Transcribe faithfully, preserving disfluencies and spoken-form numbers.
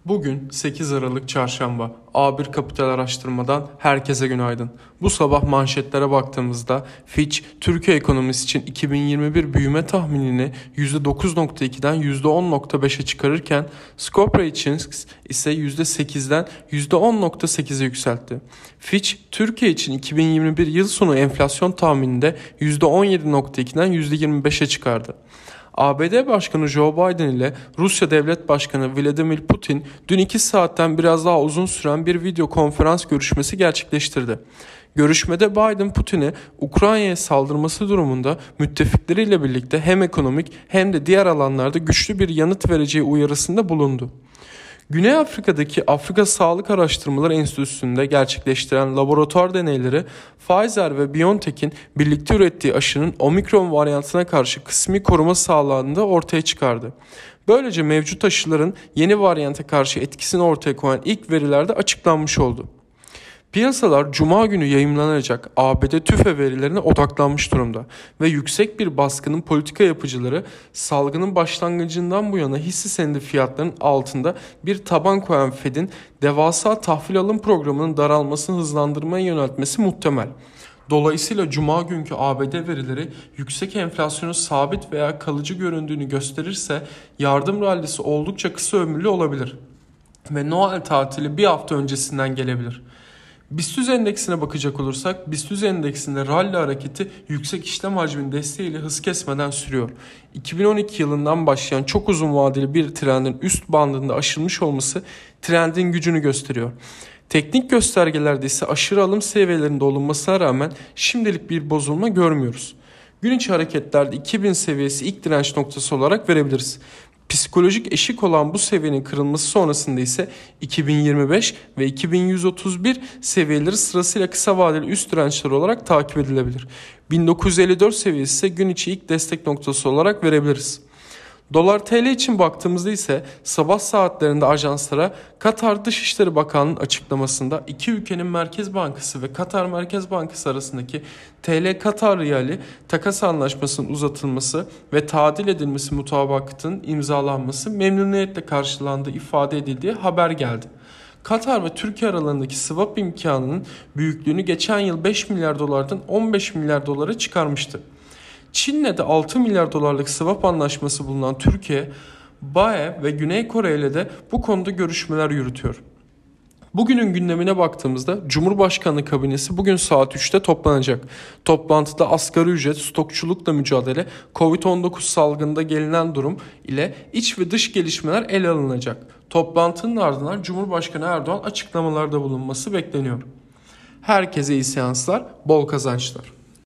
Bugün sekiz Aralık Çarşamba. A bir Kapital Araştırma'dan herkese günaydın. Bu sabah manşetlere baktığımızda Fitch, Türkiye ekonomisi için iki bin yirmi bir büyüme tahminini yüzde dokuz nokta ikiden yüzde on nokta beşe çıkarırken Scope Ratings ise yüzde sekizden yüzde on nokta sekize yükseltti. Fitch, Türkiye için iki bin yirmi bir yıl sonu enflasyon tahmininde yüzde on yedi nokta ikiden yüzde yirmi beşe çıkardı. A B D Başkanı Joe Biden ile Rusya Devlet Başkanı Vladimir Putin dün iki saatten biraz daha uzun süren bir video konferans görüşmesi gerçekleştirdi. Görüşmede Biden, Putin'e Ukrayna'ya saldırması durumunda müttefikleriyle birlikte hem ekonomik hem de diğer alanlarda güçlü bir yanıt vereceği uyarısında bulundu. Güney Afrika'daki Afrika Sağlık Araştırmaları Enstitüsü'nde gerçekleştirilen laboratuvar deneyleri Pfizer ve BioNTech'in birlikte ürettiği aşının omikron varyantına karşı kısmi koruma sağladığını da ortaya çıkardı. Böylece mevcut aşıların yeni varyanta karşı etkisini ortaya koyan ilk veriler de açıklanmış oldu. Piyasalar Cuma günü yayımlanacak A B D TÜFE verilerine odaklanmış durumda ve yüksek bir baskının politika yapıcıları salgının başlangıcından bu yana hisse senedi fiyatlarının altında bir taban koyan Fed'in devasa tahvil alım programının daralmasını hızlandırmaya yöneltmesi muhtemel. Dolayısıyla Cuma günkü A B D verileri yüksek enflasyonun sabit veya kalıcı göründüğünü gösterirse yardım rallisi oldukça kısa ömürlü olabilir ve Noel tatili bir hafta öncesinden gelebilir. BIST endeksine bakacak olursak BIST endeksinde rally hareketi yüksek işlem hacminin desteğiyle hız kesmeden sürüyor. iki bin on iki yılından başlayan çok uzun vadeli bir trendin üst bandında aşılmış olması trendin gücünü gösteriyor. Teknik göstergelerde ise aşırı alım seviyelerinde olunmasına rağmen şimdilik bir bozulma görmüyoruz. Gün içi hareketlerde iki bin seviyesi ilk direnç noktası olarak verebiliriz. Psikolojik eşik olan bu seviyenin kırılması sonrasında ise iki bin yirmi beş ve iki bin yüz otuz bir seviyeleri sırasıyla kısa vadeli üst dirençler olarak takip edilebilir. bin dokuz yüz elli dört seviyesi ise gün içi ilk destek noktası olarak verebiliriz. Dolar T L için baktığımızda ise sabah saatlerinde ajanslara Katar Dışişleri Bakanlığı'nın açıklamasında iki ülkenin Merkez Bankası ve Katar Merkez Bankası arasındaki T L Katar Riyali takas anlaşmasının uzatılması ve tadil edilmesi mutabakatının imzalanması memnuniyetle karşılandığı ifade edildiği haber geldi. Katar ve Türkiye aralarındaki swap imkanının büyüklüğünü geçen yıl beş milyar dolardan on beş milyar dolara çıkarmıştı. Çin'le de altı milyar dolarlık swap anlaşması bulunan Türkiye, B A E ve Güney Kore ile de bu konuda görüşmeler yürütüyor. Bugünün gündemine baktığımızda Cumhurbaşkanlığı kabinesi bugün saat üçte toplanacak. Toplantıda asgari ücret, stokçulukla mücadele, kovid on dokuz salgında gelinen durum ile iç ve dış gelişmeler ele alınacak. Toplantının ardından Cumhurbaşkanı Erdoğan açıklamalarda bulunması bekleniyor. Herkese iyi seanslar, bol kazançlar.